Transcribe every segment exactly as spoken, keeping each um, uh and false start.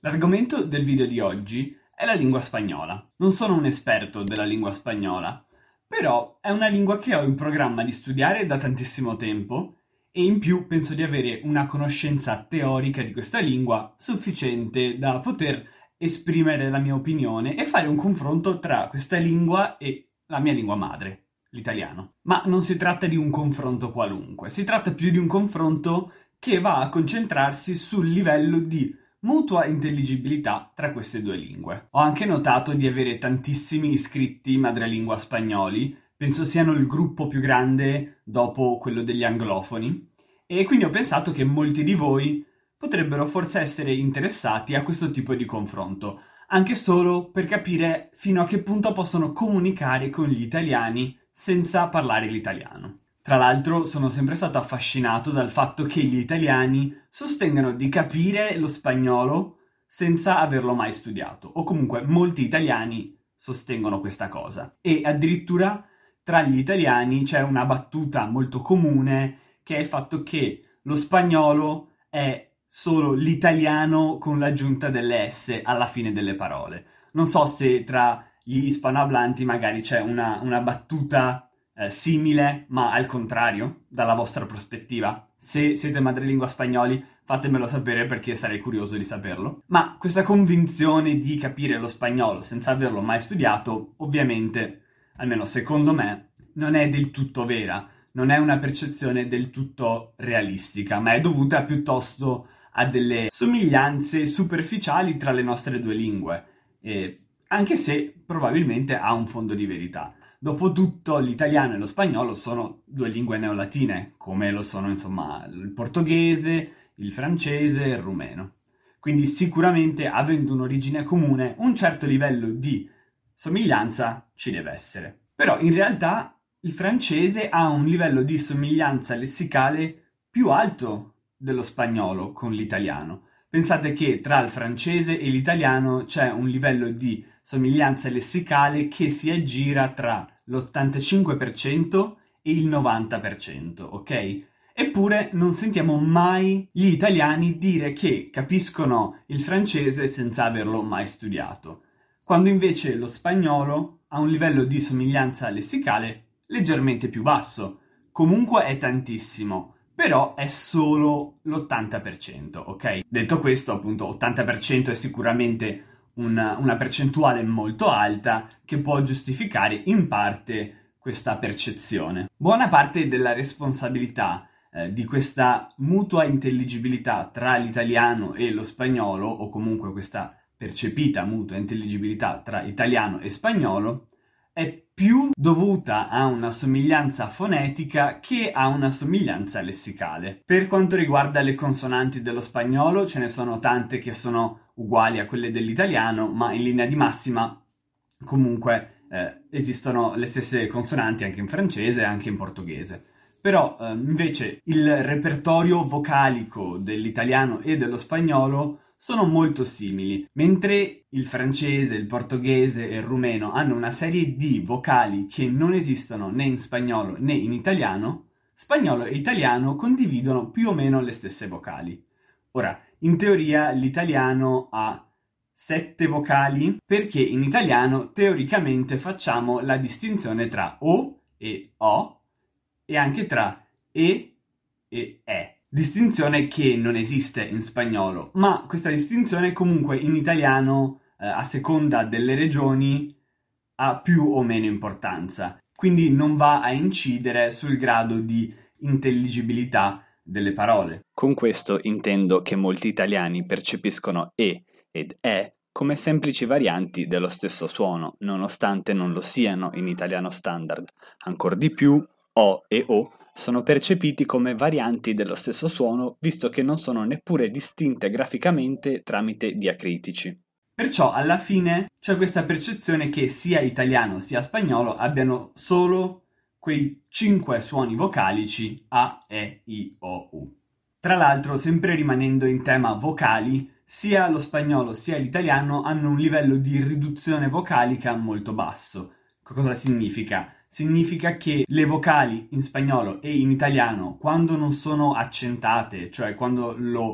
L'argomento del video di oggi è la lingua spagnola. Non sono un esperto della lingua spagnola, però è una lingua che ho in programma di studiare da tantissimo tempo e in più penso di avere una conoscenza teorica di questa lingua sufficiente da poter esprimere la mia opinione e fare un confronto tra questa lingua e la mia lingua madre, l'italiano. Ma non si tratta di un confronto qualunque, si tratta più di un confronto che va a concentrarsi sul livello di mutua intelligibilità tra queste due lingue. Ho anche notato di avere tantissimi iscritti madrelingua spagnoli, penso siano il gruppo più grande dopo quello degli anglofoni, e quindi ho pensato che molti di voi potrebbero forse essere interessati a questo tipo di confronto, anche solo per capire fino a che punto possono comunicare con gli italiani senza parlare l'italiano. Tra l'altro sono sempre stato affascinato dal fatto che gli italiani sostengano di capire lo spagnolo senza averlo mai studiato, o comunque molti italiani sostengono questa cosa. E addirittura tra gli italiani c'è una battuta molto comune che è il fatto che lo spagnolo è solo l'italiano con l'aggiunta delle S alla fine delle parole. Non so se tra gli ispanohablanti magari c'è una, una battuta Eh, simile, ma al contrario, dalla vostra prospettiva. Se siete madrelingua spagnoli, fatemelo sapere perché sarei curioso di saperlo. Ma questa convinzione di capire lo spagnolo senza averlo mai studiato, ovviamente, almeno secondo me, non è del tutto vera, non è una percezione del tutto realistica, ma è dovuta piuttosto a delle somiglianze superficiali tra le nostre due lingue, e anche se probabilmente ha un fondo di verità. Dopotutto l'italiano e lo spagnolo sono due lingue neolatine, come lo sono insomma il portoghese, il francese e il rumeno. Quindi sicuramente, avendo un'origine comune, un certo livello di somiglianza ci deve essere. Però in realtà il francese ha un livello di somiglianza lessicale più alto dello spagnolo con l'italiano. Pensate che tra il francese e l'italiano c'è un livello di somiglianza lessicale che si aggira tra l'ottantacinque per cento e il novanta per cento, ok? Eppure non sentiamo mai gli italiani dire che capiscono il francese senza averlo mai studiato, quando invece lo spagnolo ha un livello di somiglianza lessicale leggermente più basso. Comunque è tantissimo, però è solo l'ottanta per cento, ok? Detto questo, appunto, ottanta per cento è sicuramente una, una percentuale molto alta che può giustificare in parte questa percezione. Buona parte della responsabilità eh, di questa mutua intelligibilità tra l'italiano e lo spagnolo, o comunque questa percepita mutua intelligibilità tra italiano e spagnolo, è più dovuta a una somiglianza fonetica che a una somiglianza lessicale. Per quanto riguarda le consonanti dello spagnolo, ce ne sono tante che sono uguali a quelle dell'italiano, ma in linea di massima comunque eh, esistono le stesse consonanti anche in francese e anche in portoghese. Però eh, invece il repertorio vocalico dell'italiano e dello spagnolo sono molto simili. Mentre il francese, il portoghese e il rumeno hanno una serie di vocali che non esistono né in spagnolo né in italiano, spagnolo e italiano condividono più o meno le stesse vocali. Ora, in teoria l'italiano ha sette vocali perché in italiano teoricamente facciamo la distinzione tra O e O e anche tra E e E. Distinzione che non esiste in spagnolo, ma questa distinzione comunque in italiano, eh, a seconda delle regioni, ha più o meno importanza. Quindi non va a incidere sul grado di intelligibilità delle parole. Con questo intendo che molti italiani percepiscono E ed E come semplici varianti dello stesso suono, nonostante non lo siano in italiano standard. Ancor di più, O e O sono percepiti come varianti dello stesso suono, visto che non sono neppure distinte graficamente tramite diacritici. Perciò alla fine c'è questa percezione che sia italiano sia spagnolo abbiano solo quei cinque suoni vocalici A, E, I, O, U. Tra l'altro, sempre rimanendo in tema vocali, sia lo spagnolo sia l'italiano hanno un livello di riduzione vocalica molto basso. Cosa significa? Significa che le vocali in spagnolo e in italiano, quando non sono accentate, cioè quando lo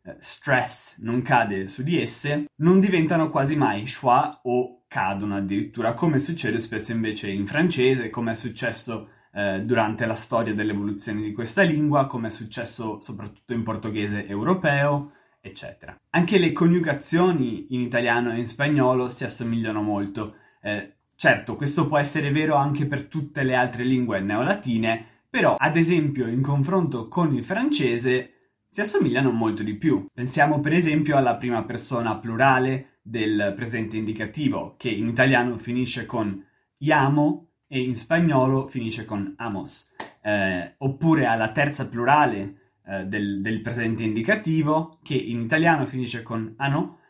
eh, stress non cade su di esse, non diventano quasi mai schwa o cadono addirittura, come succede spesso invece in francese, come è successo eh, durante la storia dell'evoluzione di questa lingua, come è successo soprattutto in portoghese europeo, eccetera. Anche le coniugazioni in italiano e in spagnolo si assomigliano molto. Eh, certo, questo può essere vero anche per tutte le altre lingue neolatine, però, ad esempio, in confronto con il francese si assomigliano molto di più. Pensiamo per esempio alla prima persona plurale del presente indicativo, che in italiano finisce con iamo e in spagnolo finisce con amos. Eh, oppure alla terza plurale eh, del, del presente indicativo, che in italiano finisce con ano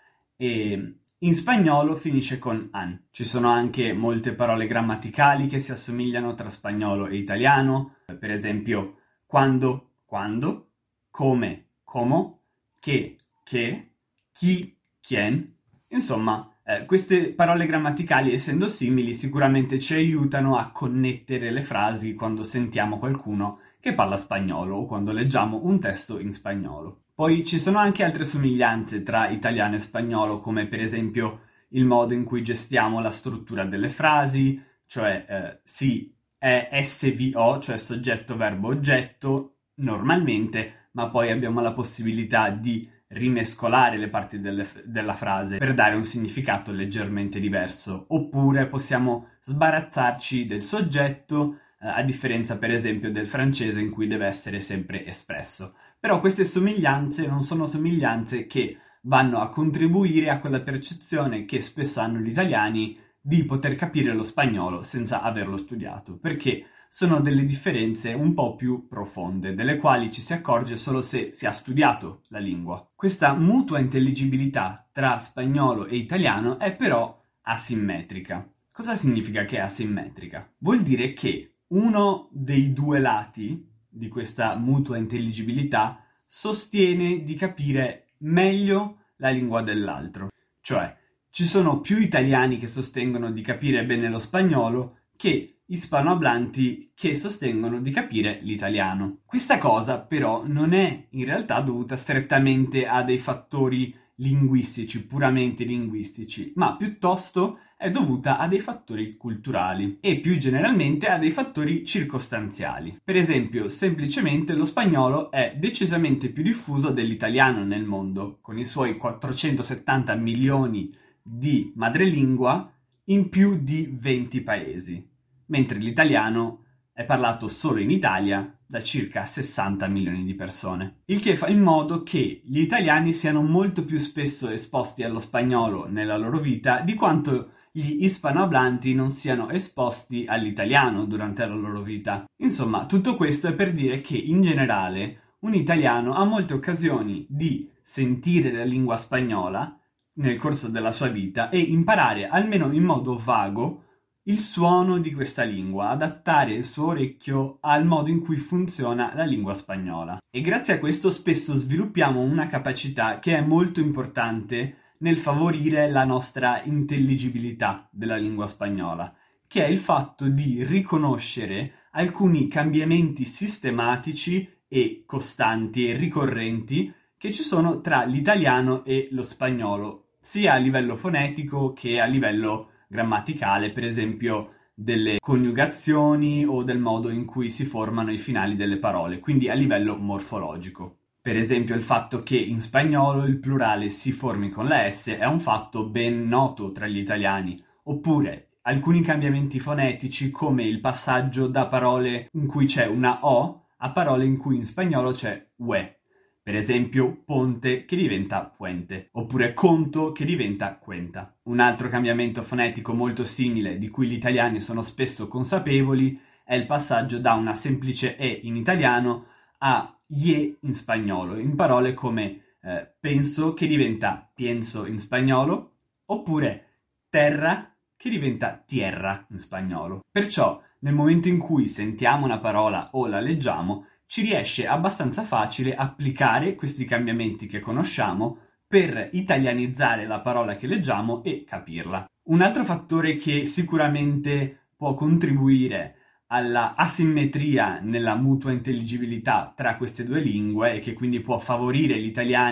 e in spagnolo finisce con an. Ci sono anche molte parole grammaticali che si assomigliano tra spagnolo e italiano, per esempio quando, quando, come, como, che, che, chi, quién. Insomma, eh, queste parole grammaticali, essendo simili, sicuramente ci aiutano a connettere le frasi quando sentiamo qualcuno che parla spagnolo o quando leggiamo un testo in spagnolo. Poi ci sono anche altre somiglianze tra italiano e spagnolo, come per esempio il modo in cui gestiamo la struttura delle frasi, cioè eh, sì, è S V O, cioè soggetto, verbo, oggetto, normalmente, ma poi abbiamo la possibilità di rimescolare le parti delle, della frase per dare un significato leggermente diverso, oppure possiamo sbarazzarci del soggetto, eh, a differenza per esempio del francese in cui deve essere sempre espresso. Però queste somiglianze non sono somiglianze che vanno a contribuire a quella percezione che spesso hanno gli italiani di poter capire lo spagnolo senza averlo studiato, perché sono delle differenze un po' più profonde, delle quali ci si accorge solo se si ha studiato la lingua. Questa mutua intelligibilità tra spagnolo e italiano è però asimmetrica. Cosa significa che è asimmetrica? Vuol dire che uno dei due lati di questa mutua intelligibilità sostiene di capire meglio la lingua dell'altro. Cioè, ci sono più italiani che sostengono di capire bene lo spagnolo che ispanohablanti che sostengono di capire l'italiano. Questa cosa però non è in realtà dovuta strettamente a dei fattori linguistici, puramente linguistici, ma piuttosto è dovuta a dei fattori culturali e più generalmente a dei fattori circostanziali. Per esempio, semplicemente lo spagnolo è decisamente più diffuso dell'italiano nel mondo, con i suoi quattrocentosettanta milioni di madrelingua in più di venti paesi, mentre l'italiano è parlato solo in Italia da circa sessanta milioni di persone. Il che fa in modo che gli italiani siano molto più spesso esposti allo spagnolo nella loro vita di quanto gli ispanohablanti non siano esposti all'italiano durante la loro vita. Insomma, tutto questo è per dire che in generale un italiano ha molte occasioni di sentire la lingua spagnola nel corso della sua vita e imparare, almeno in modo vago, il suono di questa lingua, adattare il suo orecchio al modo in cui funziona la lingua spagnola. E grazie a questo spesso sviluppiamo una capacità che è molto importante nel favorire la nostra intelligibilità della lingua spagnola, che è il fatto di riconoscere alcuni cambiamenti sistematici e costanti e ricorrenti che ci sono tra l'italiano e lo spagnolo, sia a livello fonetico che a livello grammaticale, per esempio delle coniugazioni o del modo in cui si formano i finali delle parole, quindi a livello morfologico. Per esempio il fatto che in spagnolo il plurale si formi con la S è un fatto ben noto tra gli italiani, oppure alcuni cambiamenti fonetici come il passaggio da parole in cui c'è una O a parole in cui in spagnolo c'è ue. Per esempio, ponte che diventa puente, oppure conto che diventa cuenta. Un altro cambiamento fonetico molto simile, di cui gli italiani sono spesso consapevoli, è il passaggio da una semplice E in italiano a ye in spagnolo, in parole come eh, penso che diventa pienso in spagnolo, oppure terra che diventa tierra in spagnolo. Perciò, nel momento in cui sentiamo una parola o la leggiamo, ci riesce abbastanza facile applicare questi cambiamenti che conosciamo per italianizzare la parola che leggiamo e capirla. Un altro fattore che sicuramente può contribuire alla asimmetria nella mutua intelligibilità tra queste due lingue e che quindi può favorire gli italiani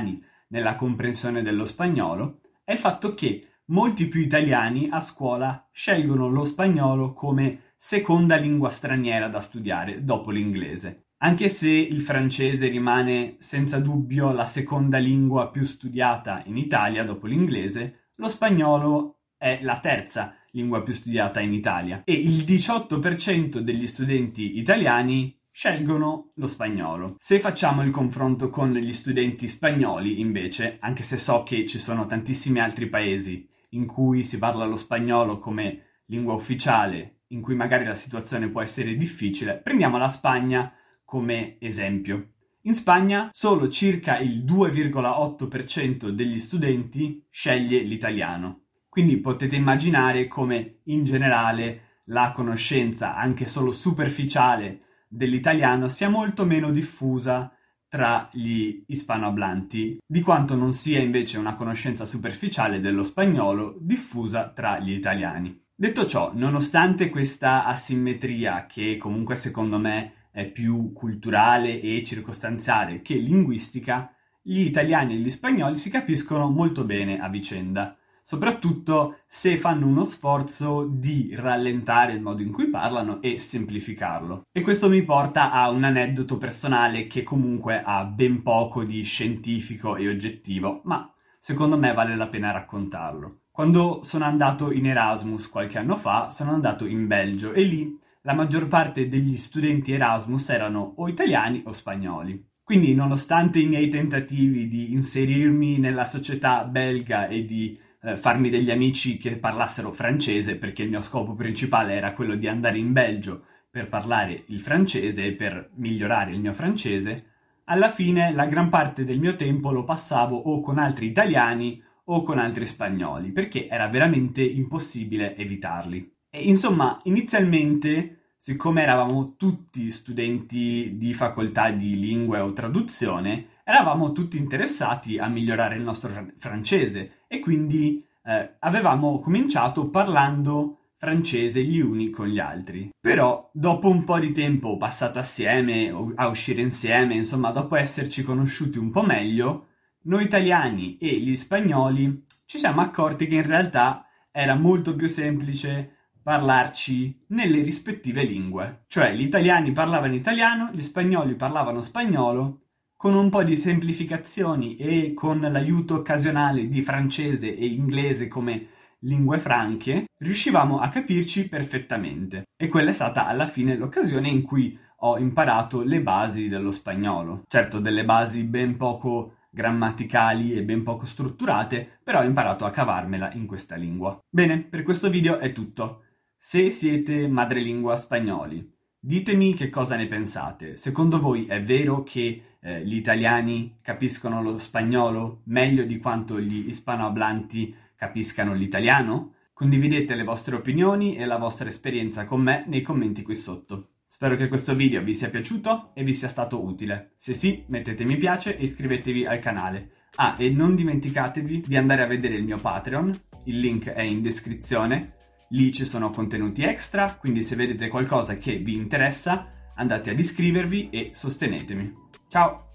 nella comprensione dello spagnolo è il fatto che molti più italiani a scuola scelgono lo spagnolo come seconda lingua straniera da studiare dopo l'inglese. Anche se il francese rimane senza dubbio la seconda lingua più studiata in Italia dopo l'inglese, lo spagnolo è la terza lingua più studiata in Italia e il diciotto per cento degli studenti italiani scelgono lo spagnolo. Se facciamo il confronto con gli studenti spagnoli, invece, anche se so che ci sono tantissimi altri paesi in cui si parla lo spagnolo come lingua ufficiale, in cui magari la situazione può essere difficile, prendiamo la Spagna come esempio. In Spagna solo circa il due virgola otto per cento degli studenti sceglie l'italiano. Quindi potete immaginare come in generale la conoscenza, anche solo superficiale, dell'italiano sia molto meno diffusa tra gli ispanohablanti, di quanto non sia invece una conoscenza superficiale dello spagnolo diffusa tra gli italiani. Detto ciò, nonostante questa asimmetria, che comunque secondo me è più culturale e circostanziale che linguistica, gli italiani e gli spagnoli si capiscono molto bene a vicenda, soprattutto se fanno uno sforzo di rallentare il modo in cui parlano e semplificarlo. E questo mi porta a un aneddoto personale che comunque ha ben poco di scientifico e oggettivo, ma secondo me vale la pena raccontarlo. Quando sono andato in Erasmus qualche anno fa, sono andato in Belgio e lì la maggior parte degli studenti Erasmus erano o italiani o spagnoli. Quindi, nonostante i miei tentativi di inserirmi nella società belga e di eh, farmi degli amici che parlassero francese, perché il mio scopo principale era quello di andare in Belgio per parlare il francese e per migliorare il mio francese, alla fine la gran parte del mio tempo lo passavo o con altri italiani o con altri spagnoli, perché era veramente impossibile evitarli. E insomma, inizialmente, siccome eravamo tutti studenti di facoltà di lingue o traduzione, eravamo tutti interessati a migliorare il nostro fr- francese e quindi eh, avevamo cominciato parlando francese gli uni con gli altri. Però, dopo un po' di tempo passato assieme, a uscire insieme, insomma, dopo esserci conosciuti un po' meglio, noi italiani e gli spagnoli ci siamo accorti che in realtà era molto più semplice parlarci nelle rispettive lingue. Cioè, gli italiani parlavano italiano, gli spagnoli parlavano spagnolo, con un po' di semplificazioni e con l'aiuto occasionale di francese e inglese come lingue franche, riuscivamo a capirci perfettamente. E quella è stata alla fine l'occasione in cui ho imparato le basi dello spagnolo. Certo, delle basi ben poco grammaticali e ben poco strutturate, però ho imparato a cavarmela in questa lingua. Bene, per questo video è tutto. Se siete madrelingua spagnoli, ditemi che cosa ne pensate. Secondo voi è vero che eh, gli italiani capiscono lo spagnolo meglio di quanto gli ispanohablanti capiscano l'italiano? Condividete le vostre opinioni e la vostra esperienza con me nei commenti qui sotto. Spero che questo video vi sia piaciuto e vi sia stato utile. Se sì, mettete mi piace e iscrivetevi al canale. Ah, e non dimenticatevi di andare a vedere il mio Patreon, il link è in descrizione. Lì ci sono contenuti extra, quindi se vedete qualcosa che vi interessa, andate ad iscrivervi e sostenetemi. Ciao!